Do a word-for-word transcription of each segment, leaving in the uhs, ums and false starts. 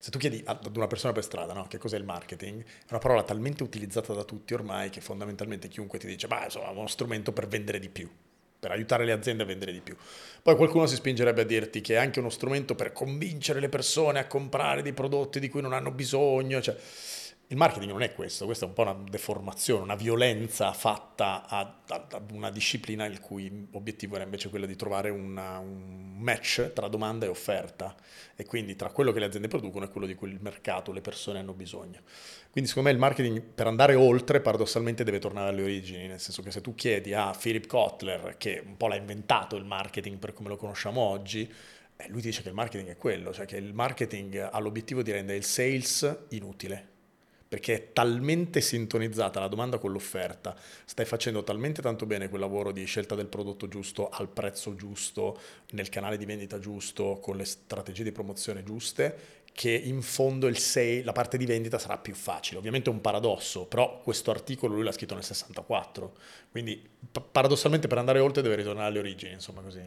Se tu chiedi ad una persona per strada, no, che cos'è il marketing, è una parola talmente utilizzata da tutti ormai che fondamentalmente chiunque ti dice, ma insomma, è uno strumento per vendere di più, per aiutare le aziende a vendere di più. Poi qualcuno si spingerebbe a dirti che è anche uno strumento per convincere le persone a comprare dei prodotti di cui non hanno bisogno. Cioè, il marketing non è questo, questa è un po' una deformazione, una violenza fatta ad, ad- ad una disciplina il cui obiettivo era invece quello di trovare una- un match tra domanda e offerta e quindi tra quello che le aziende producono e quello di cui il mercato, le persone hanno bisogno. Quindi secondo me il marketing per andare oltre paradossalmente deve tornare alle origini, nel senso che se tu chiedi a Philip Kotler, che un po' l'ha inventato il marketing per come lo conosciamo oggi, eh, lui dice che il marketing è quello, cioè che il marketing ha l'obiettivo di rendere il sales inutile perché è talmente sintonizzata la domanda con l'offerta, stai facendo talmente tanto bene quel lavoro di scelta del prodotto giusto, al prezzo giusto, nel canale di vendita giusto, con le strategie di promozione giuste, che in fondo il sei, la parte di vendita sarà più facile. Ovviamente è un paradosso, però questo articolo lui l'ha scritto nel sessantaquattro, quindi p- paradossalmente per andare oltre deve ritornare alle origini, insomma così.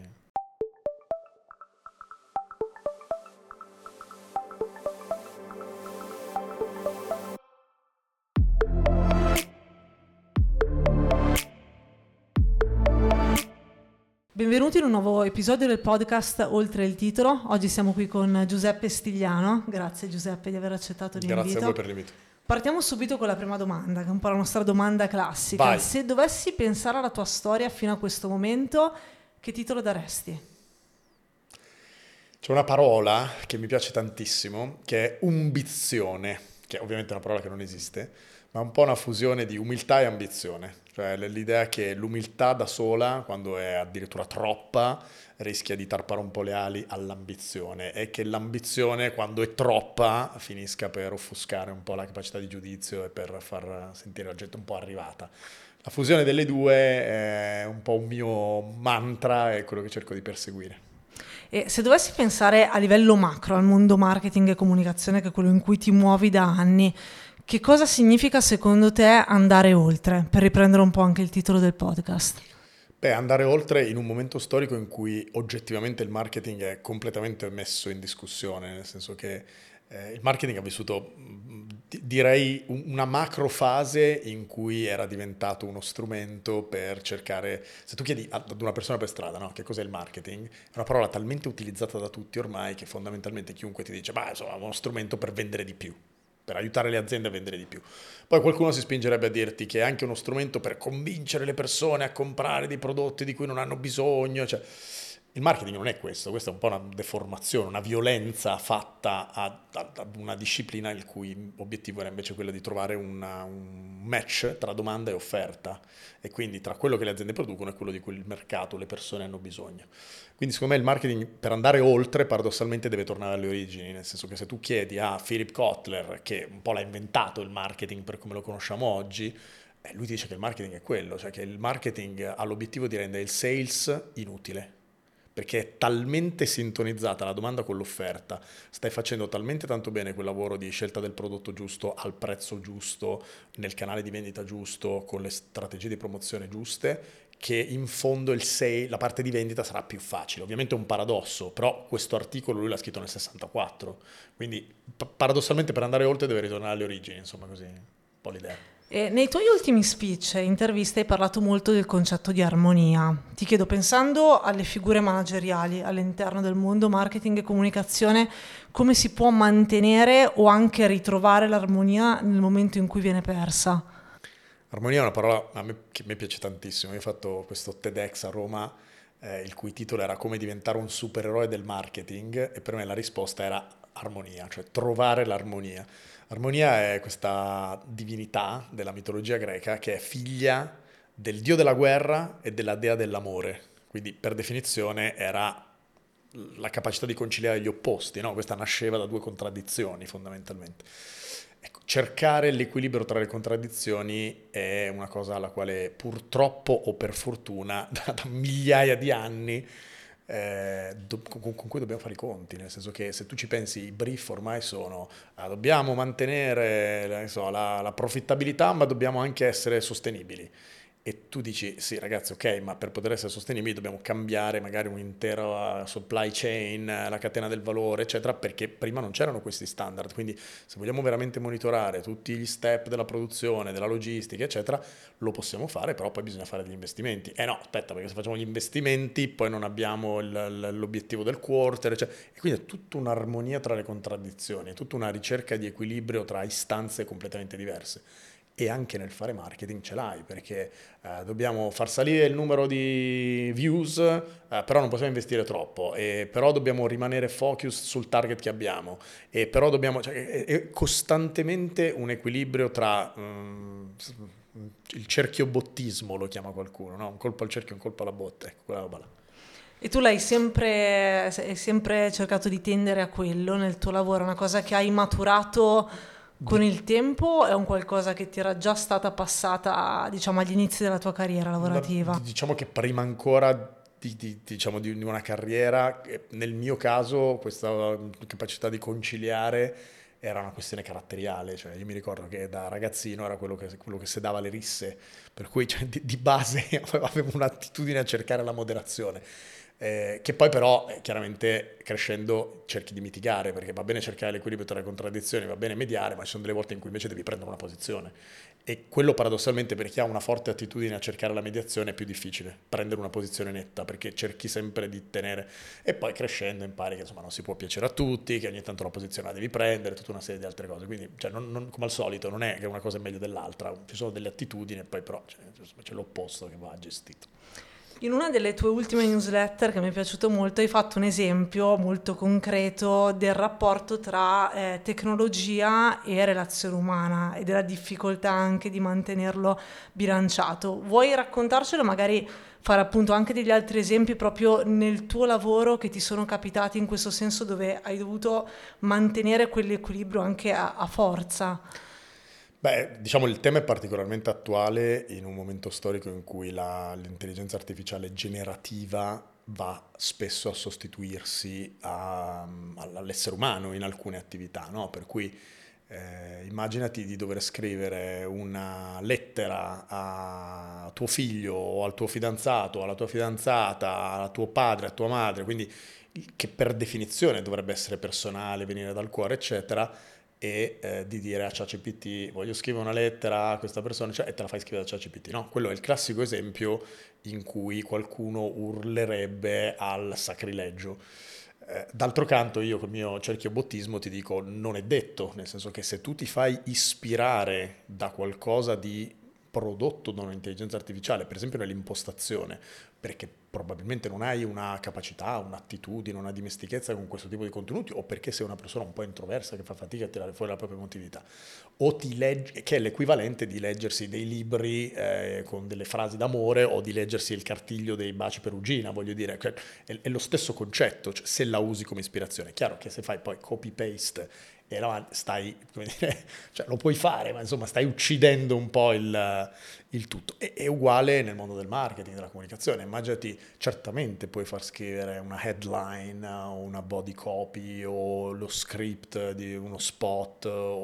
Benvenuti in un nuovo episodio del podcast Oltre il titolo. Oggi siamo qui con Giuseppe Stigliano. Grazie Giuseppe di aver accettato Grazie a voi l'invito. per l'invito. Partiamo subito con la prima domanda, che è un po' la nostra domanda classica. Vai. Se dovessi pensare alla tua storia fino a questo momento, che titolo daresti? C'è una parola che mi piace tantissimo, che è umbizione, che è ovviamente una parola che non esiste, ma è un po' una fusione di umiltà e ambizione. Cioè l'idea che l'umiltà da sola, quando è addirittura troppa, rischia di tarpare un po' le ali all'ambizione e che l'ambizione, quando è troppa, finisca per offuscare un po' la capacità di giudizio e per far sentire la gente un po' arrivata. La fusione delle due è un po' un mio mantra e quello che cerco di perseguire. E se dovessi pensare a livello macro al mondo marketing e comunicazione, che è quello in cui ti muovi da anni, che cosa significa secondo te andare oltre? Per riprendere un po' anche il titolo del podcast. Beh, andare oltre in un momento storico in cui oggettivamente il marketing è completamente messo in discussione, nel senso che eh, il marketing ha vissuto, mh, di- direi, un- una macro fase in cui era diventato uno strumento per cercare, se tu chiedi ad una persona per strada, no, che cos'è il marketing, è una parola talmente utilizzata da tutti ormai che fondamentalmente chiunque ti dice, ma insomma, è uno strumento per vendere di più, per aiutare le aziende a vendere di più. Poi qualcuno si spingerebbe a dirti che è anche uno strumento per convincere le persone a comprare dei prodotti di cui non hanno bisogno. Cioè, il marketing non è questo, questa è un po' una deformazione, una violenza fatta ad, ad- ad una disciplina il cui obiettivo era invece quello di trovare una- un match tra domanda e offerta e quindi tra quello che le aziende producono e quello di cui il mercato, le persone hanno bisogno. Quindi secondo me il marketing per andare oltre paradossalmente deve tornare alle origini, nel senso che se tu chiedi a Philip Kotler, che un po' l'ha inventato il marketing per come lo conosciamo oggi, eh, lui dice che il marketing è quello, cioè che il marketing ha l'obiettivo di rendere il sales inutile. Perché è talmente sintonizzata la domanda con l'offerta, stai facendo talmente tanto bene quel lavoro di scelta del prodotto giusto, al prezzo giusto, nel canale di vendita giusto, con le strategie di promozione giuste, che in fondo il sei, la parte di vendita sarà più facile. Ovviamente è un paradosso, però questo articolo lui l'ha scritto nel sessantaquattro, quindi p- paradossalmente per andare oltre deve ritornare alle origini, insomma così, un po' l'idea. E nei tuoi ultimi speech e interviste hai parlato molto del concetto di armonia. Ti chiedo, pensando alle figure manageriali all'interno del mondo marketing e comunicazione, come si può mantenere o anche ritrovare l'armonia nel momento in cui viene persa? Armonia è una parola a me, che mi piace tantissimo. Io ho fatto questo TEDx a Roma, eh, il cui titolo era Come diventare un supereroe del marketing e per me la risposta era armonia, cioè trovare l'armonia. Armonia è questa divinità della mitologia greca che è figlia del dio della guerra e della dea dell'amore. Quindi per definizione era la capacità di conciliare gli opposti, no? Questa nasceva da due contraddizioni fondamentalmente. Ecco, cercare l'equilibrio tra le contraddizioni è una cosa alla quale purtroppo o per fortuna da, da migliaia di anni eh, do- con, con cui dobbiamo fare i conti, nel senso che se tu ci pensi i brief ormai sono ah, dobbiamo mantenere la, so, la, la profittabilità ma dobbiamo anche essere sostenibili. E tu dici, sì ragazzi, ok, ma per poter essere sostenibili dobbiamo cambiare magari un'intera supply chain, la catena del valore, eccetera, perché prima non c'erano questi standard. Quindi se vogliamo veramente monitorare tutti gli step della produzione, della logistica, eccetera, lo possiamo fare, però poi bisogna fare degli investimenti. Eh no, aspetta, perché se facciamo gli investimenti poi non abbiamo il- l'obiettivo del quarter, cioè, e quindi è tutta un'armonia tra le contraddizioni, è tutta una ricerca di equilibrio tra istanze completamente diverse. E anche nel fare marketing ce l'hai, perché eh, dobbiamo far salire il numero di views, eh, però non possiamo investire troppo, e però dobbiamo rimanere focus sul target che abbiamo, e però dobbiamo, cioè, è, è costantemente un equilibrio tra mm, il cerchiobottismo, lo chiama qualcuno, no? Un colpo al cerchio, un colpo alla botte, ecco, quella roba là. E tu l'hai sempre, hai sempre cercato di tendere a quello nel tuo lavoro, è una cosa che hai maturato con Di- il tempo, è un qualcosa che ti era già stata passata, diciamo, agli inizi della tua carriera Ma lavorativa? di- diciamo che prima ancora di, di- diciamo, di una carriera, eh, nel mio caso questa capacità di conciliare era una questione caratteriale, cioè io mi ricordo che da ragazzino era quello che, quello che sedava le risse, per cui cioè, di, di base avevo un'attitudine a cercare la moderazione. Eh, che poi però eh, chiaramente crescendo cerchi di mitigare, perché va bene cercare l'equilibrio tra le contraddizioni, va bene mediare, ma ci sono delle volte in cui invece devi prendere una posizione. E quello paradossalmente per chi ha una forte attitudine a cercare la mediazione è più difficile, prendere una posizione netta, perché cerchi sempre di tenere, e poi crescendo impari che insomma non si può piacere a tutti, che ogni tanto una posizione la devi prendere, tutta una serie di altre cose. Quindi cioè, non, non, come al solito non è che una cosa è meglio dell'altra, ci sono delle attitudini e poi però cioè, c'è l'opposto che va gestito. In una delle tue ultime newsletter che mi è piaciuto molto hai fatto un esempio molto concreto del rapporto tra eh, tecnologia e relazione umana e della difficoltà anche di mantenerlo bilanciato. Vuoi raccontarcelo, magari fare appunto anche degli altri esempi proprio nel tuo lavoro che ti sono capitati in questo senso dove hai dovuto mantenere quell'equilibrio anche a, a forza? Beh, diciamo il tema è particolarmente attuale in un momento storico in cui la- l'intelligenza artificiale generativa va spesso a sostituirsi a- all'essere umano in alcune attività, no? Per cui eh, immaginati di dover scrivere una lettera a tuo figlio o al tuo fidanzato, alla tua fidanzata, a tuo padre, a tua madre, quindi che per definizione dovrebbe essere personale, venire dal cuore, eccetera, e eh, di dire a ChatGPT voglio scrivere una lettera a questa persona, cioè, e te la fai scrivere a ChatGPT, no? Quello è il classico esempio in cui qualcuno urlerebbe al sacrilegio. Eh, d'altro canto io col mio cerchio bottismo ti dico non è detto, nel senso che se tu ti fai ispirare da qualcosa di prodotto da un'intelligenza artificiale, per esempio nell'impostazione, perché probabilmente non hai una capacità, un'attitudine, una dimestichezza con questo tipo di contenuti, o perché sei una persona un po' introversa che fa fatica a tirare fuori la propria emotività, o ti leggi, che è l'equivalente di leggersi dei libri eh, con delle frasi d'amore o di leggersi il cartiglio dei baci perugina, voglio dire, cioè, è, è lo stesso concetto, cioè, se la usi come ispirazione. È chiaro che se fai poi copy-paste e là stai, come dire, cioè lo puoi fare, ma insomma stai uccidendo un po' il, il tutto. E, è uguale nel mondo del marketing, della comunicazione. Immaginati, certamente puoi far scrivere una headline o una body copy o lo script di uno spot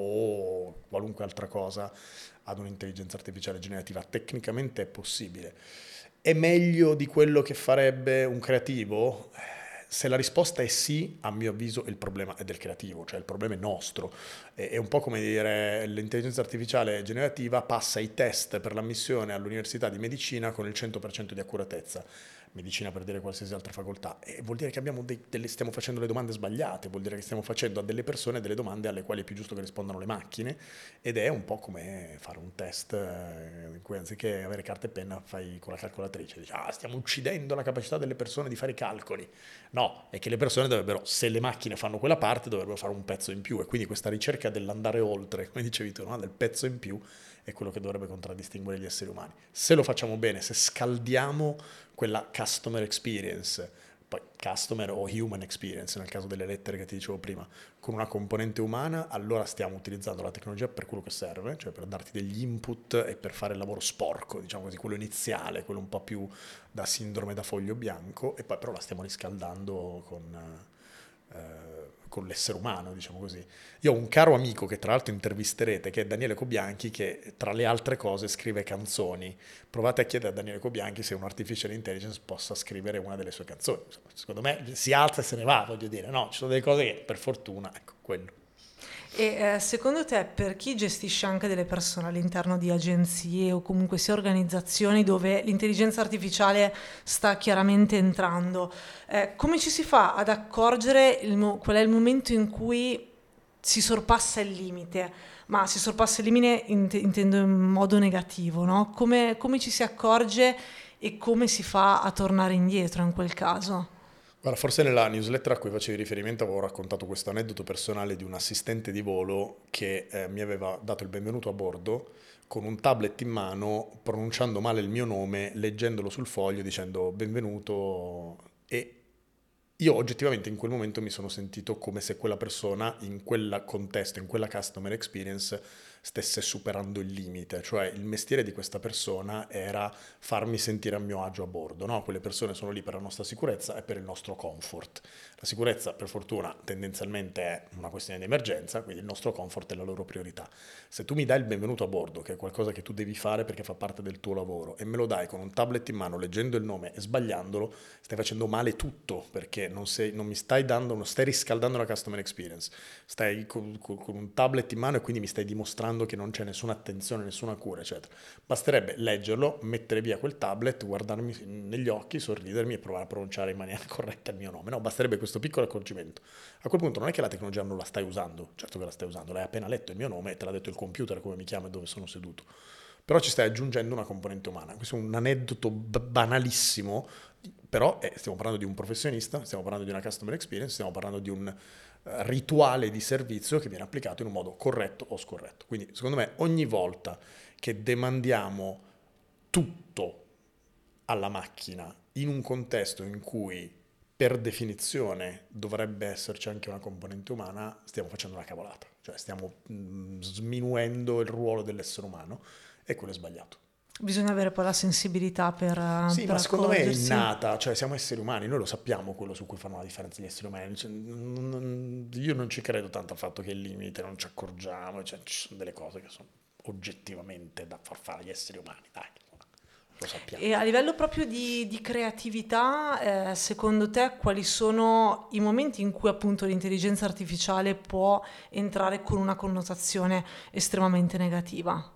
o qualunque altra cosa ad un'intelligenza artificiale generativa. Tecnicamente è possibile. È meglio di quello che farebbe un creativo? Se la risposta è sì, a mio avviso il problema è del creativo, cioè il problema è nostro. È è un po' come dire l'intelligenza artificiale generativa passa i test per l'ammissione all'università di medicina con il cento per cento di accuratezza. Medicina per dire qualsiasi altra facoltà. E vuol dire che abbiamo dei- delle- stiamo facendo le domande sbagliate, vuol dire che stiamo facendo a delle persone delle domande alle quali è più giusto che rispondano le macchine, ed è un po' come fare un test eh, in cui anziché avere carta e penna fai con la calcolatrice. Dici, ah, stiamo uccidendo la capacità delle persone di fare i calcoli. No, è che le persone dovrebbero, se le macchine fanno quella parte, dovrebbero fare un pezzo in più, e quindi questa ricerca dell'andare oltre, come dicevi tu, no? Del pezzo in più, è quello che dovrebbe contraddistinguere gli esseri umani. Se lo facciamo bene, se scaldiamo quella customer experience, poi customer o human experience nel caso delle lettere che ti dicevo prima, con una componente umana, allora stiamo utilizzando la tecnologia per quello che serve, cioè per darti degli input e per fare il lavoro sporco, diciamo così, quello iniziale, quello un po' più da sindrome da foglio bianco, e poi però la stiamo riscaldando con, eh, con l'essere umano, diciamo così. Io ho un caro amico che tra l'altro intervisterete, che è Daniele Cobianchi, che tra le altre cose scrive canzoni. Provate a chiedere a Daniele Cobianchi se un artificial intelligence possa scrivere una delle sue canzoni. Secondo me si alza e se ne va, voglio dire, no, ci sono delle cose che per fortuna, ecco, quello. E eh, secondo te, per chi gestisce anche delle persone all'interno di agenzie o comunque sia organizzazioni dove l'intelligenza artificiale sta chiaramente entrando, eh, come ci si fa ad accorgere il mo- qual è il momento in cui si sorpassa il limite? Ma si sorpassa il limite int- intendo in modo negativo, no? Come, come ci si accorge e come si fa a tornare indietro in quel caso? Guarda, forse nella newsletter a cui facevi riferimento avevo raccontato questo aneddoto personale di un assistente di volo che eh, mi aveva dato il benvenuto a bordo con un tablet in mano, pronunciando male il mio nome, leggendolo sul foglio dicendo benvenuto, e io oggettivamente in quel momento mi sono sentito come se quella persona in quel contesto, in quella customer experience stesse superando il limite, cioè il mestiere di questa persona era farmi sentire a mio agio a bordo, no? Quelle persone sono lì per la nostra sicurezza e per il nostro comfort. La sicurezza, per fortuna, tendenzialmente è una questione di emergenza, quindi il nostro comfort è la loro priorità. Se tu mi dai il benvenuto a bordo, che è qualcosa che tu devi fare perché fa parte del tuo lavoro, e me lo dai con un tablet in mano, leggendo il nome e sbagliandolo, stai facendo male tutto, perché non, sei, non mi stai dando, non stai riscaldando la customer experience, stai con, con, con un tablet in mano e quindi mi stai dimostrando che non c'è nessuna attenzione, nessuna cura, eccetera. Basterebbe leggerlo, mettere via quel tablet, guardarmi negli occhi, sorridermi e provare a pronunciare in maniera corretta il mio nome. No, basterebbe questo piccolo accorgimento. A quel punto non è che la tecnologia non la stai usando, certo che la stai usando, l'hai appena letto il mio nome e te l'ha detto il computer come mi chiama e dove sono seduto. Però ci stai aggiungendo una componente umana. Questo è un aneddoto b- banalissimo, però eh, stiamo parlando di un professionista, stiamo parlando di una customer experience, stiamo parlando di un eh, rituale di servizio che viene applicato in un modo corretto o scorretto. Quindi secondo me ogni volta che demandiamo tutto alla macchina in un contesto in cui per definizione dovrebbe esserci anche una componente umana, stiamo facendo una cavolata, cioè stiamo mh, sminuendo il ruolo dell'essere umano e quello è sbagliato. Bisogna avere poi la sensibilità per, eh, Sì, per ma secondo me è accorgersi. innata, cioè siamo esseri umani, noi lo sappiamo quello su cui fanno la differenza gli esseri umani. Cioè, non- non- io non ci credo tanto al fatto che il limite non ci accorgiamo, cioè, ci sono delle cose che sono oggettivamente da far fare agli esseri umani, dai, lo sappiamo. E a livello proprio di, di creatività, eh, secondo te quali sono i momenti in cui appunto l'intelligenza artificiale può entrare con una connotazione estremamente negativa?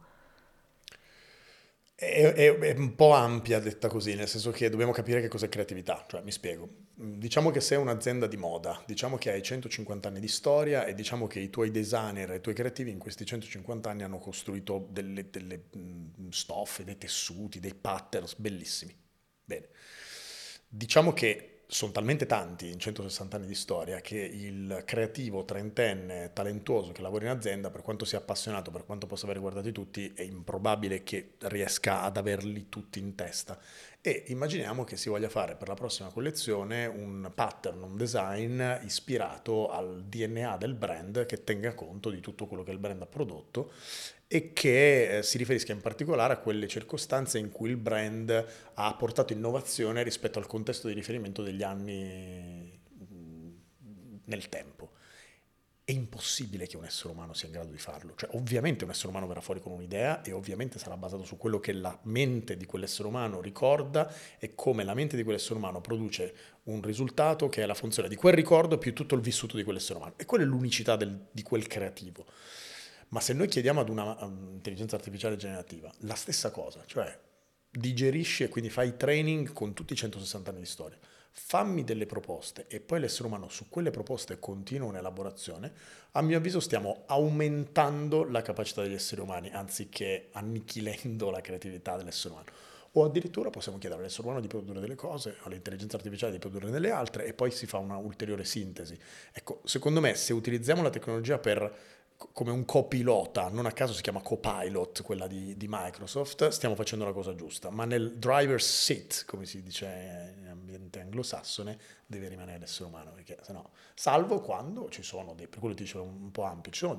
È, è- è un po' ampia detta così, nel senso che dobbiamo capire che cos'è creatività, cioè mi spiego. Mm, Diciamo che sei un'azienda di moda, diciamo che hai centocinquanta anni di storia e diciamo che i tuoi designer e i tuoi creativi in questi centocinquanta anni hanno costruito delle, delle mm, stoffe, dei tessuti, dei patterns bellissimi. Bene. Diciamo che sono talmente tanti in centosessanta anni di storia che il creativo trentenne talentuoso che lavora in azienda, per quanto sia appassionato, per quanto possa aver guardati tutti, è improbabile che riesca ad averli tutti in testa. E immaginiamo che si voglia fare per la prossima collezione un pattern, un design ispirato al D N A del brand che tenga conto di tutto quello che il brand ha prodotto e che eh, si riferisca in particolare a quelle circostanze in cui il brand ha portato innovazione rispetto al contesto di riferimento degli anni mh, nel tempo. È impossibile che un essere umano sia in grado di farlo. Cioè, ovviamente un essere umano verrà fuori con un'idea e ovviamente sarà basato su quello che la mente di quell'essere umano ricorda e come la mente di quell'essere umano produce un risultato che è la funzione di quel ricordo più tutto il vissuto di quell'essere umano. E quella è l'unicità del- di quel creativo. Ma se noi chiediamo ad una um, intelligenza artificiale generativa la stessa cosa, cioè digerisci e quindi fai training con tutti i centosessanta anni di storia, fammi delle proposte e poi l'essere umano su quelle proposte continua un'elaborazione, a mio avviso stiamo aumentando la capacità degli esseri umani anziché annichilendo la creatività dell'essere umano. O addirittura possiamo chiedere all'essere umano di produrre delle cose, all'intelligenza artificiale di produrre delle altre e poi si fa una ulteriore sintesi. Ecco, secondo me se utilizziamo la tecnologia per come un copilota, non a caso si chiama Copilot, quella di, di Microsoft, stiamo facendo la cosa giusta, ma nel driver's seat, come si dice in ambiente anglosassone, deve rimanere l'essere umano, perché se no, salvo quando ci sono dei, per quello ti dicevo un po' ampio, ci sono delle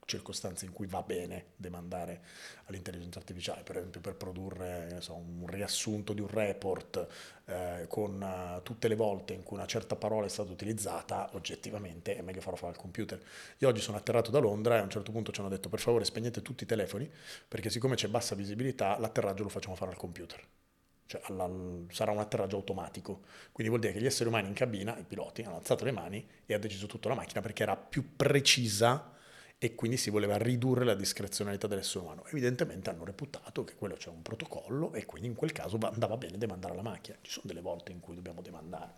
circostanze in cui va bene demandare all'intelligenza artificiale, per esempio per produrre, ne so, un riassunto di un report eh, con uh, tutte le volte in cui una certa parola è stata utilizzata, oggettivamente è meglio farlo fare al computer. Io oggi sono atterrato da Londra e a un certo punto ci hanno detto per favore spegnete tutti i telefoni perché siccome c'è bassa visibilità l'atterraggio lo facciamo fare al computer. Cioè alla, sarà un atterraggio automatico, quindi vuol dire che gli esseri umani in cabina, i piloti, hanno alzato le mani e ha deciso tutta la macchina perché era più precisa e quindi si voleva ridurre la discrezionalità dell'essere umano. Evidentemente hanno reputato che quello c'è un protocollo e quindi in quel caso andava bene demandare alla macchina. Ci sono delle volte in cui dobbiamo demandare.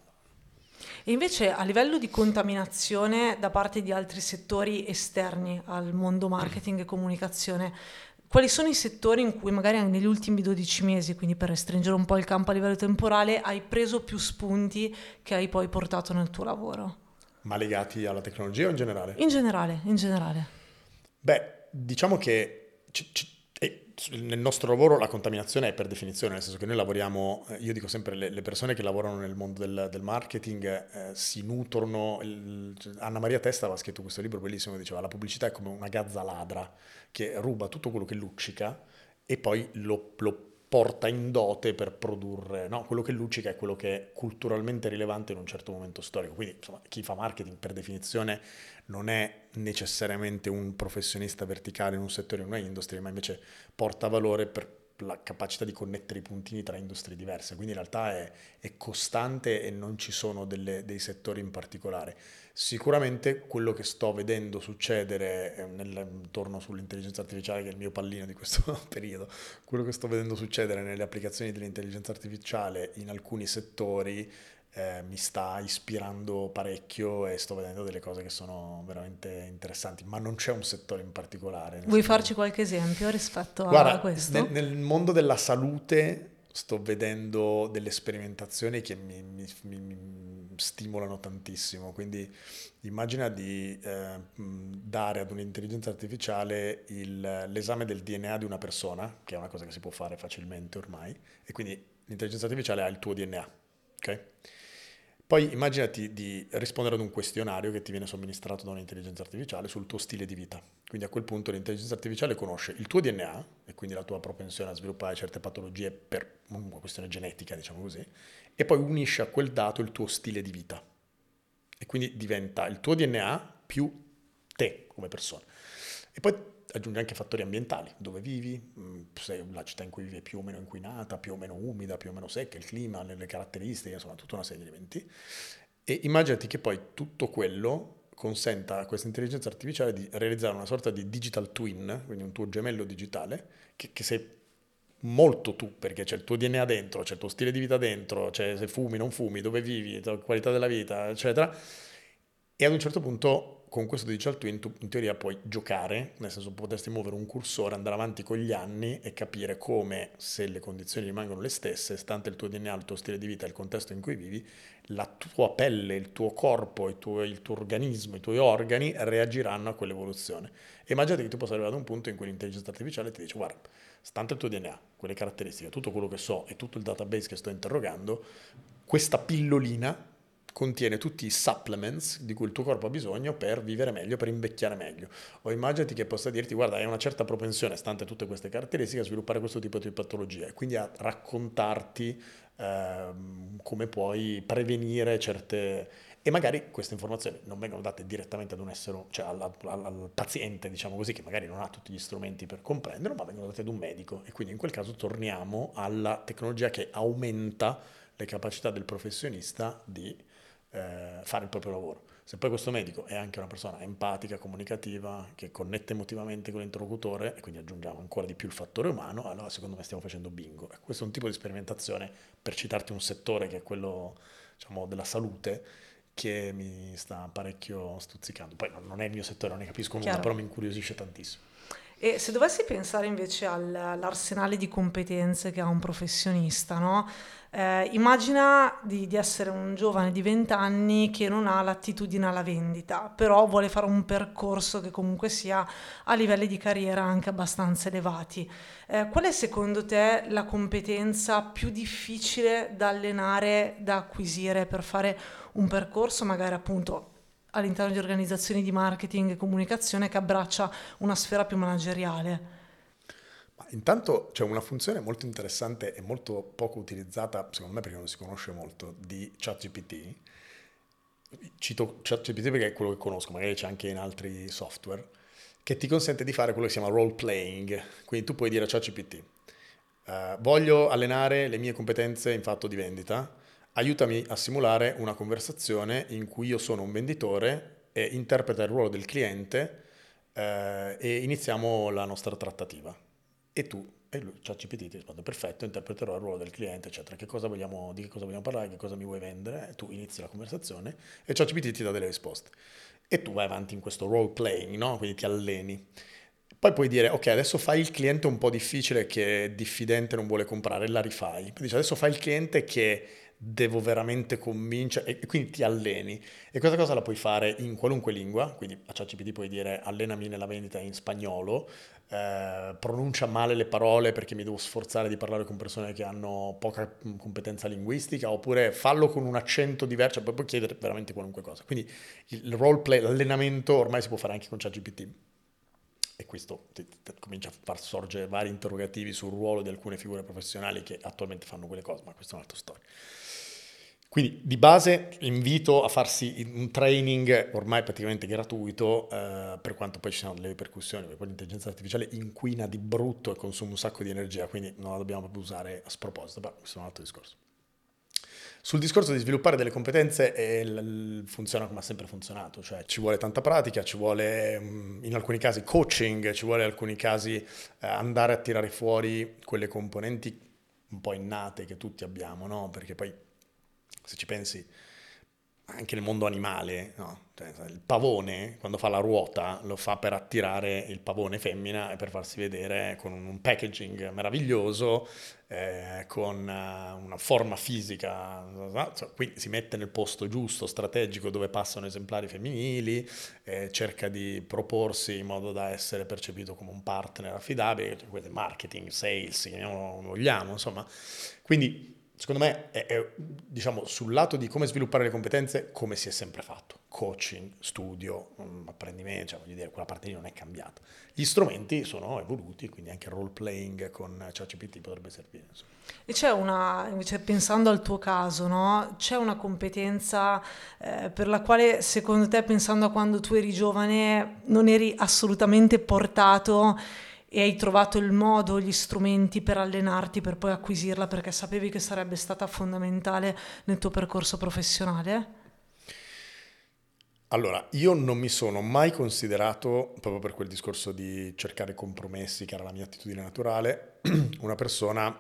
E invece a livello di contaminazione da parte di altri settori esterni al mondo marketing e comunicazione, quali sono i settori in cui magari negli ultimi dodici mesi, quindi per restringere un po' il campo a livello temporale, hai preso più spunti che hai poi portato nel tuo lavoro? Ma legati alla tecnologia o in generale? In generale, in generale. Beh, diciamo che c- c- eh, nel nostro lavoro la contaminazione è per definizione, nel senso che noi lavoriamo, eh, io dico sempre, le, le persone che lavorano nel mondo del, del marketing eh, si nutrono, il- Anna Maria Testa aveva scritto questo libro bellissimo che diceva la pubblicità è come una gazza ladra che ruba tutto quello che luccica e poi lo, lo porta in dote per produrre, no? Quello che luccica è quello che è culturalmente rilevante in un certo momento storico. Quindi, insomma, chi fa marketing per definizione non è necessariamente un professionista verticale in un settore, in una industria, ma invece porta valore per la capacità di connettere i puntini tra industrie diverse. Quindi in realtà è, è costante e non ci sono delle, dei settori in particolare. Sicuramente quello che sto vedendo succedere eh, nel, intorno sull'intelligenza artificiale, che è il mio pallino di questo periodo, quello che sto vedendo succedere nelle applicazioni dell'intelligenza artificiale in alcuni settori eh, mi sta ispirando parecchio e sto vedendo delle cose che sono veramente interessanti, ma non c'è un settore in particolare. nel Vuoi senso- farci qualche esempio rispetto a Guarda, questo? nel, nel mondo della salute sto vedendo delle sperimentazioni che mi, mi- mi- mi stimolano tantissimo. Quindi immagina di eh, mh, dare ad un'intelligenza artificiale il- l'esame del D N A di una persona, che è una cosa che si può fare facilmente ormai, e quindi l'intelligenza artificiale ha il tuo D N A, ok? Poi immaginati di rispondere ad un questionario che ti viene somministrato da un'intelligenza artificiale sul tuo stile di vita. Quindi a quel punto l'intelligenza artificiale conosce il tuo D N A e quindi la tua propensione a sviluppare certe patologie per una questione genetica, diciamo così, e poi unisce a quel dato il tuo stile di vita. E quindi diventa il tuo D N A più te come persona. E poi aggiunge anche fattori ambientali, dove vivi, mh, se la città in cui vivi è più o meno inquinata, più o meno umida, più o meno secca, il clima, le, le caratteristiche, insomma tutta una serie di elementi. E immaginati che poi tutto quello consenta a questa intelligenza artificiale di realizzare una sorta di digital twin, quindi un tuo gemello digitale, che, che sei molto tu, perché c'è il tuo D N A dentro, c'è il tuo stile di vita dentro, c'è se fumi, non fumi, dove vivi, la qualità della vita, eccetera. E ad un certo punto con questo digital twin tu in teoria puoi giocare, nel senso potresti muovere un cursore, andare avanti con gli anni e capire come, se le condizioni rimangono le stesse, stante il tuo D N A, il tuo stile di vita e il contesto in cui vivi, la tua pelle, il tuo corpo, il tuo, il tuo organismo, i tuoi organi reagiranno a quell'evoluzione. E immaginate che tu possa arrivare ad un punto in cui l'intelligenza artificiale ti dice guarda, stante il tuo D N A, quelle caratteristiche, tutto quello che so e tutto il database che sto interrogando, questa pillolina contiene tutti i supplements di cui il tuo corpo ha bisogno per vivere meglio, per invecchiare meglio. O immaginati che possa dirti, guarda, hai una certa propensione, stante tutte queste caratteristiche, a sviluppare questo tipo di patologie, e quindi a raccontarti ehm, come puoi prevenire certe... E magari queste informazioni non vengono date direttamente ad un essere, cioè al, al- al paziente, diciamo così, che magari non ha tutti gli strumenti per comprenderlo, ma vengono date ad un medico. E quindi in quel caso torniamo alla tecnologia che aumenta le capacità del professionista di eh, fare il proprio lavoro. Se poi questo medico è anche una persona empatica, comunicativa, che connette emotivamente con l'interlocutore, e quindi aggiungiamo ancora di più il fattore umano, allora secondo me stiamo facendo bingo. E questo è un tipo di sperimentazione, per citarti un settore che è quello, diciamo, della salute, che mi sta parecchio stuzzicando. Poi non è il mio settore, non ne capisco nulla, Chiaro. però mi incuriosisce tantissimo. E se dovessi pensare invece al- all'arsenale di competenze che ha un professionista, no? Eh, immagina di, di essere un giovane di venti anni che non ha l'attitudine alla vendita, però vuole fare un percorso che comunque sia a livelli di carriera anche abbastanza elevati. Eh, qual è secondo te la competenza più difficile da allenare, da acquisire per fare un percorso magari appunto all'interno di organizzazioni di marketing e comunicazione che abbraccia una sfera più manageriale? Ma intanto c'è una funzione molto interessante e molto poco utilizzata, secondo me perché non si conosce molto, di ChatGPT. Cito ChatGPT perché è quello che conosco, magari c'è anche in altri software, che ti consente di fare quello che si chiama role playing. Quindi tu puoi dire a ChatGPT, eh, voglio allenare le mie competenze in fatto di vendita, aiutami a simulare una conversazione in cui io sono un venditore e interpreta il ruolo del cliente eh, e iniziamo la nostra trattativa. E tu, e lui, ChatGPT ti risponde, perfetto, interpreterò il ruolo del cliente, eccetera. Che cosa vogliamo, di che cosa vogliamo parlare, che cosa mi vuoi vendere? E tu inizi la conversazione e ChatGPT ti dà delle risposte. E tu vai avanti in questo role playing, no? Quindi ti alleni. Poi puoi dire, ok, adesso fai il cliente un po' difficile che è diffidente, non vuole comprare, e la rifai. Poi dici, adesso fai il cliente che devo veramente convincere, e quindi ti alleni. E questa cosa la puoi fare in qualunque lingua, quindi a ChatGPT puoi dire allenami nella vendita in spagnolo, eh, pronuncia male le parole perché mi devo sforzare di parlare con persone che hanno poca competenza linguistica, oppure fallo con un accento diverso, cioè, poi puoi chiedere veramente qualunque cosa. Quindi il role play, l'allenamento ormai si può fare anche con ChatGPT. E questo ti, ti, comincia a far sorgere vari interrogativi sul ruolo di alcune figure professionali che attualmente fanno quelle cose, ma questa è un'altra storia. Quindi di base invito a farsi un training ormai praticamente gratuito, eh, per quanto poi ci siano delle ripercussioni, perché poi l'intelligenza artificiale inquina di brutto e consuma un sacco di energia, quindi non la dobbiamo proprio usare a sproposito, ma questo è un altro discorso. Sul discorso di sviluppare delle competenze eh, l- l- funziona come ha sempre funzionato, cioè ci vuole tanta pratica, ci vuole mm, in alcuni casi coaching, ci vuole in alcuni casi eh, andare a tirare fuori quelle componenti un po' innate che tutti abbiamo, no? Perché poi se ci pensi anche nel mondo animale, no? Cioè, il pavone quando fa la ruota lo fa per attirare il pavone femmina e per farsi vedere con un packaging meraviglioso, eh, con eh, una forma fisica, cioè, quindi si mette nel posto giusto, strategico, dove passano esemplari femminili, eh, cerca di proporsi in modo da essere percepito come un partner affidabile, cioè, questo è marketing, sales, chiamiamolo come vogliamo, insomma. Quindi secondo me è, è, diciamo, sul lato di come sviluppare le competenze, come si è sempre fatto. Coaching, studio, mm, apprendimento, cioè voglio dire, quella parte lì non è cambiata. Gli strumenti sono evoluti, quindi anche il role playing con ChatGPT potrebbe servire. Insomma. E c'è una, invece pensando al tuo caso, no? C'è una competenza eh, per la quale secondo te, pensando a quando tu eri giovane, non eri assolutamente portato e hai trovato il modo, gli strumenti per allenarti, per poi acquisirla perché sapevi che sarebbe stata fondamentale nel tuo percorso professionale? Allora, io non mi sono mai considerato, proprio per quel discorso di cercare compromessi, che era la mia attitudine naturale, una persona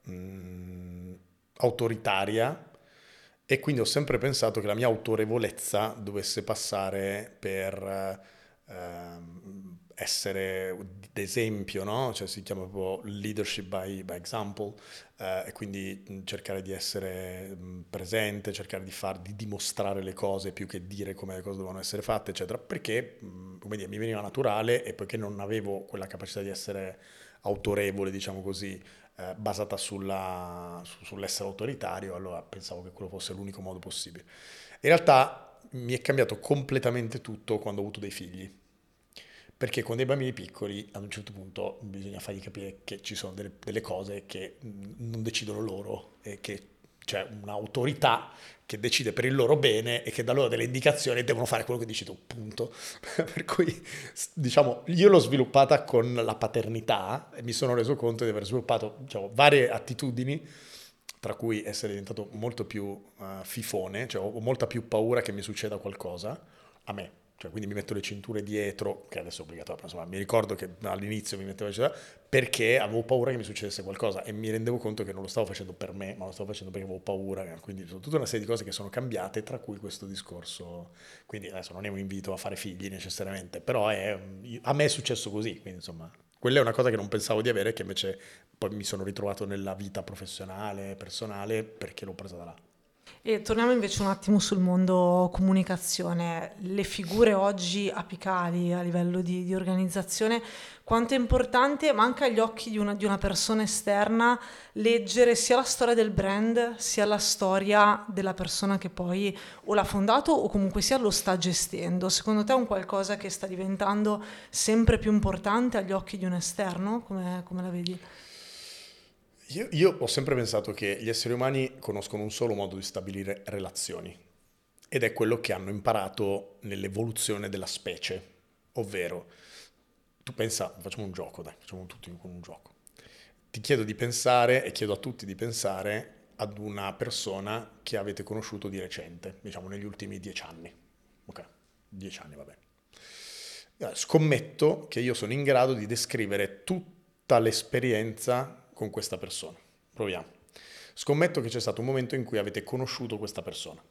mh, autoritaria e quindi ho sempre pensato che la mia autorevolezza dovesse passare per ehm, essere d'esempio, no? Cioè si chiama proprio leadership by, by example, eh, e quindi mh, cercare di essere mh, presente, cercare di far, di dimostrare le cose più che dire come le cose devono essere fatte, eccetera, perché mh, come dire, mi veniva naturale e poiché non avevo quella capacità di essere autorevole, diciamo così, eh, basata sulla, su- sull'essere autoritario, allora pensavo che quello fosse l'unico modo possibile. In realtà mi è cambiato completamente tutto quando ho avuto dei figli. Perché con dei bambini piccoli ad un certo punto bisogna fargli capire che ci sono delle, delle cose che mm, non decidono loro e che c'è un'autorità che decide per il loro bene e che dà loro delle indicazioni e devono fare quello che dici tu, punto. Per cui, diciamo, io l'ho sviluppata con la paternità e mi sono reso conto di aver sviluppato, diciamo, varie attitudini, tra cui essere diventato molto più uh, fifone, cioè ho molta più paura che mi succeda qualcosa a me. Cioè, quindi mi metto le cinture dietro, che adesso è obbligatorio, insomma, mi ricordo che all'inizio mi mettevo le cinture perché avevo paura che mi succedesse qualcosa e mi rendevo conto che non lo stavo facendo per me, ma lo stavo facendo perché avevo paura, quindi sono tutta una serie di cose che sono cambiate, tra cui questo discorso. Quindi adesso non è un invito a fare figli necessariamente, però è, a me è successo così, quindi insomma, quella è una cosa che non pensavo di avere, che invece poi mi sono ritrovato nella vita professionale, personale, perché l'ho presa da là. E torniamo invece un attimo sul mondo comunicazione. Le figure oggi apicali a livello di, di organizzazione, quanto è importante, ma anche agli occhi di una, di una persona esterna, leggere sia la storia del brand, sia la storia della persona che poi o l'ha fondato o comunque sia lo sta gestendo. Secondo te è un qualcosa che sta diventando sempre più importante agli occhi di un esterno? Come, come la vedi? Io, io ho sempre pensato che gli esseri umani conoscono un solo modo di stabilire relazioni ed è quello che hanno imparato nell'evoluzione della specie, ovvero tu pensa, facciamo un gioco, dai, facciamo tutti con un gioco. Ti chiedo di pensare e chiedo a tutti di pensare ad una persona che avete conosciuto di recente, diciamo negli ultimi dieci anni. Ok, dieci anni va bene. Eh, Scommetto che io sono in grado di descrivere tutta l'esperienza con questa persona. Proviamo. Scommetto che c'è stato un momento in cui avete conosciuto questa persona.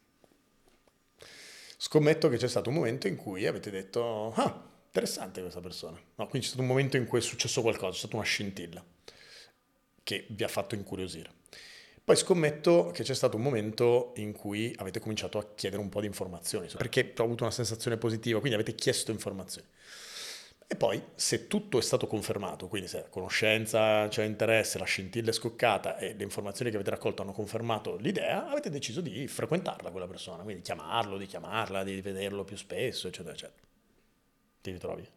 Scommetto che c'è stato un momento in cui avete detto, ah, interessante questa persona. No, quindi c'è stato un momento in cui è successo qualcosa, c'è stata una scintilla che vi ha fatto incuriosire. Poi scommetto che c'è stato un momento in cui avete cominciato a chiedere un po' di informazioni, perché ho avuto una sensazione positiva, quindi avete chiesto informazioni. E poi, se tutto è stato confermato, quindi se la conoscenza, c'è interesse, la scintilla è scoccata e le informazioni che avete raccolto hanno confermato l'idea, avete deciso di frequentarla quella persona, quindi chiamarlo, di chiamarla, di vederlo più spesso, eccetera, eccetera. Ti ritrovi?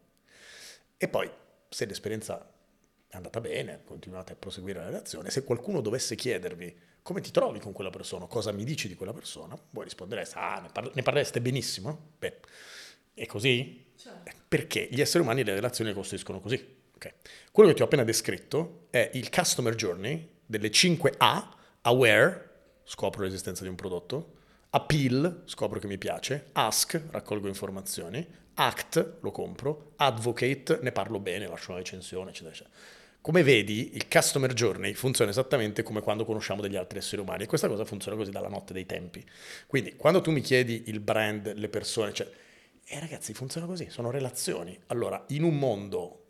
E poi, se l'esperienza è andata bene, continuate a proseguire la relazione, se qualcuno dovesse chiedervi come ti trovi con quella persona, cosa mi dici di quella persona, voi rispondereste, ah, ne, par- ne parlereste benissimo? Beh, è così? Perché gli esseri umani le relazioni le costruiscono così. Okay. Quello che ti ho appena descritto è il customer journey delle cinque A: aware, scopro l'esistenza di un prodotto; appeal, scopro che mi piace; ask, raccolgo informazioni; act, lo compro; advocate, ne parlo bene, lascio una recensione, eccetera, eccetera. Come vedi, il customer journey funziona esattamente come quando conosciamo degli altri esseri umani e questa cosa funziona così dalla notte dei tempi. Quindi, quando tu mi chiedi il brand, le persone, cioè, eh ragazzi, funziona così, sono relazioni. Allora, in un mondo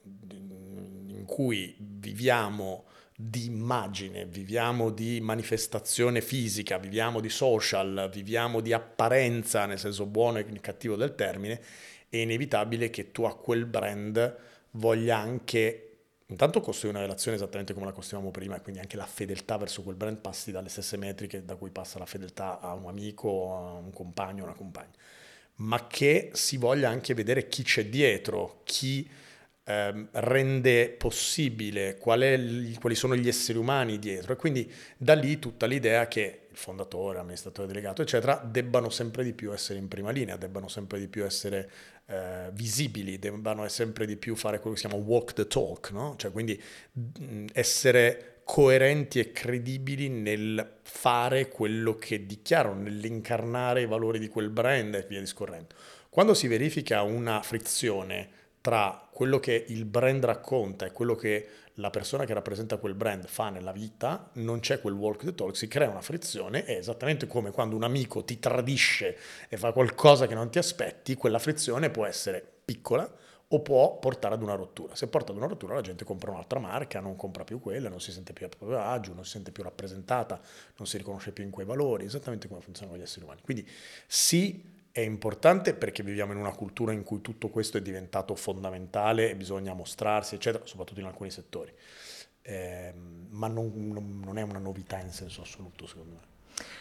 in cui viviamo di immagine, viviamo di manifestazione fisica, viviamo di social, viviamo di apparenza, nel senso buono e cattivo del termine, è inevitabile che tu a quel brand voglia anche intanto costruire una relazione esattamente come la costruivamo prima e quindi anche la fedeltà verso quel brand passi dalle stesse metriche da cui passa la fedeltà a un amico, a un compagno, a una compagna, ma che si voglia anche vedere chi c'è dietro, chi ehm, rende possibile, qual è il- quali sono gli esseri umani dietro. E quindi da lì tutta l'idea che il fondatore, l'amministratore delegato, eccetera, debbano sempre di più essere in prima linea, debbano sempre di più essere eh, visibili, debbano sempre di più fare quello che si chiama walk the talk, no? Cioè quindi mh, essere coerenti e credibili nel fare quello che dichiarano, nell'incarnare i valori di quel brand e via discorrendo. Quando si verifica una frizione tra quello che il brand racconta e quello che la persona che rappresenta quel brand fa nella vita, non c'è quel walk the talk, si crea una frizione, è esattamente come quando un amico ti tradisce e fa qualcosa che non ti aspetti, quella frizione può essere piccola o può portare ad una rottura. Se porta ad una rottura la gente compra un'altra marca, non compra più quella, non si sente più a proprio agio, non si sente più rappresentata, non si riconosce più in quei valori, esattamente come funzionano gli esseri umani. Quindi sì, è importante perché viviamo in una cultura in cui tutto questo è diventato fondamentale e bisogna mostrarsi, eccetera, soprattutto in alcuni settori. Eh, ma non, non- non è una novità in senso assoluto, secondo me.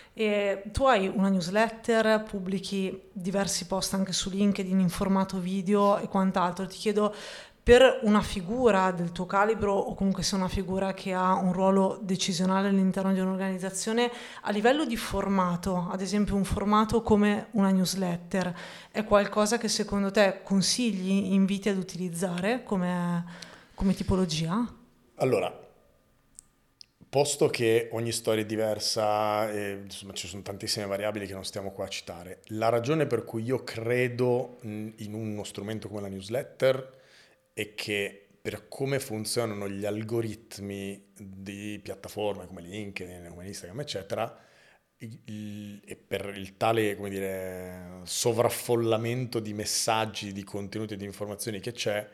E tu hai una newsletter, pubblichi diversi post anche su LinkedIn in formato video e quant'altro. Ti chiedo, per una figura del tuo calibro o comunque se una figura che ha un ruolo decisionale all'interno di un'organizzazione, a livello di formato, ad esempio un formato come una newsletter, è qualcosa che secondo te consigli, inviti ad utilizzare come, come tipologia? Allora, posto che ogni storia è diversa e insomma ci sono tantissime variabili che non stiamo qua a citare, la ragione per cui io credo mh, in uno strumento come la newsletter è che per come funzionano gli algoritmi di piattaforme come LinkedIn, come Instagram, eccetera, il- il- e per il tale, come dire, sovraffollamento di messaggi, di contenuti e di informazioni che c'è,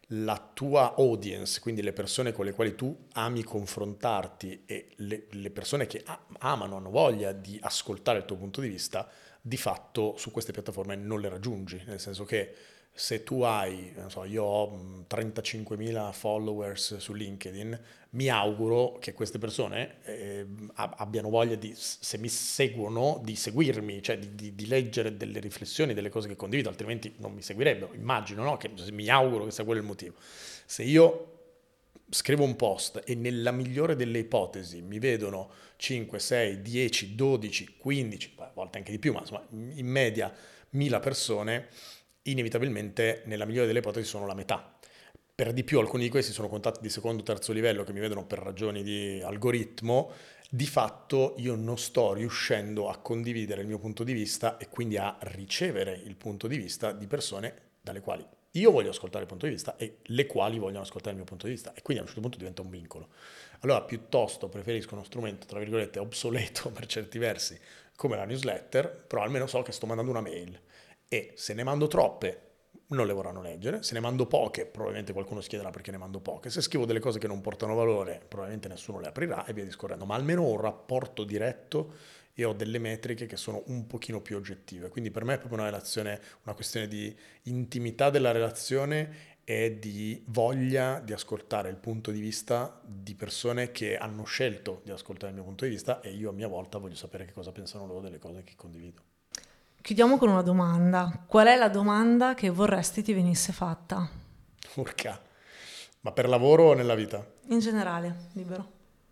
la tua audience, quindi le persone con le quali tu ami confrontarti e le, le persone che a- amano, hanno voglia di ascoltare il tuo punto di vista, di fatto su queste piattaforme non le raggiungi, nel senso che se tu hai, non so, io ho mh, trentacinquemila followers su LinkedIn, mi auguro che queste persone eh, ab- abbiano voglia di, se mi seguono, di seguirmi, cioè di, di- di leggere delle riflessioni, delle cose che condivido, altrimenti non mi seguirebbero. Immagino, no? Che mi auguro che sia quello il motivo. Se io scrivo un post e nella migliore delle ipotesi mi vedono cinque, sei, dieci, dodici, quindici, a volte anche di più, ma insomma in media mille persone, inevitabilmente nella migliore delle ipotesi sono la metà. Per di più alcuni di questi sono contatti di secondo o terzo livello che mi vedono per ragioni di algoritmo, di fatto io non sto riuscendo a condividere il mio punto di vista e quindi a ricevere il punto di vista di persone dalle quali io voglio ascoltare il punto di vista e le quali vogliono ascoltare il mio punto di vista e quindi a un certo punto diventa un vincolo. Allora piuttosto preferisco uno strumento, tra virgolette, obsoleto per certi versi, come la newsletter, però almeno so che sto mandando una mail e se ne mando troppe non le vorranno leggere, se ne mando poche probabilmente qualcuno si chiederà perché ne mando poche, se scrivo delle cose che non portano valore probabilmente nessuno le aprirà e via discorrendo, ma almeno ho un rapporto diretto e ho delle metriche che sono un pochino più oggettive, quindi per me è proprio una relazione, una questione di intimità della relazione e di voglia di ascoltare il punto di vista di persone che hanno scelto di ascoltare il mio punto di vista e io a mia volta voglio sapere che cosa pensano loro delle cose che condivido. Chiudiamo con una domanda. Qual è la domanda che vorresti ti venisse fatta? Urca, ma per lavoro o nella vita? In generale, libero.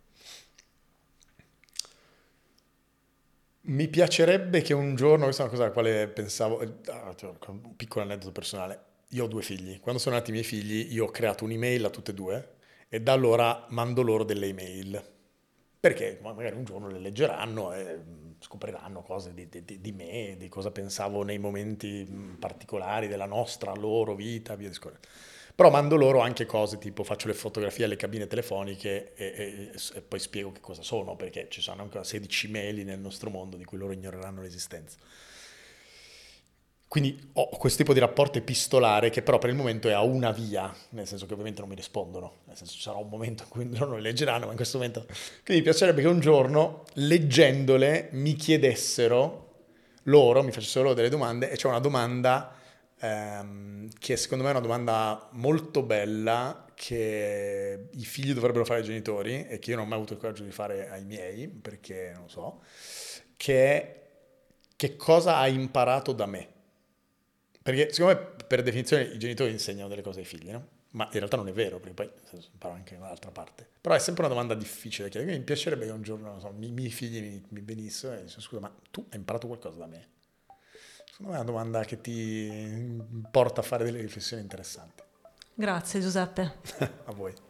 Mi piacerebbe che un giorno, questa è una cosa alla quale pensavo, eh, ah, cioè, un piccolo aneddoto personale. Io ho due figli. Quando sono nati i miei figli, io ho creato un'email a tutte e due e da allora mando loro delle email. Perché magari un giorno le leggeranno e mm, scopriranno cose di, di- di me, di cosa pensavo nei momenti mm, particolari della nostra loro vita, via discorrendo. Però mando loro anche cose tipo faccio le fotografie alle cabine telefoniche e, e- e poi spiego che cosa sono, perché ci sono ancora sedici meli nel nostro mondo di cui loro ignoreranno l'esistenza. Quindi ho questo tipo di rapporto epistolare che però per il momento è a una via, nel senso che ovviamente non mi rispondono, nel senso ci sarà un momento in cui loro le leggeranno, ma in questo momento... Quindi mi piacerebbe che un giorno, leggendole, mi chiedessero, loro, mi facessero loro delle domande, e c'è una domanda ehm, che secondo me è una domanda molto bella che i figli dovrebbero fare ai genitori e che io non ho mai avuto il coraggio di fare ai miei, perché non lo so, che è che cosa hai imparato da me? Perché secondo me per definizione i genitori insegnano delle cose ai figli, no? Ma in realtà non è vero, perché poi nel senso, imparo anche dall'altra parte. Però è sempre una domanda difficile da chiedere. Quindi mi piacerebbe che un giorno, non so, i miei figli mi, mi venissero e dicessero, scusa, ma tu hai imparato qualcosa da me? Secondo me è una domanda che ti porta a fare delle riflessioni interessanti. Grazie Giuseppe. A voi.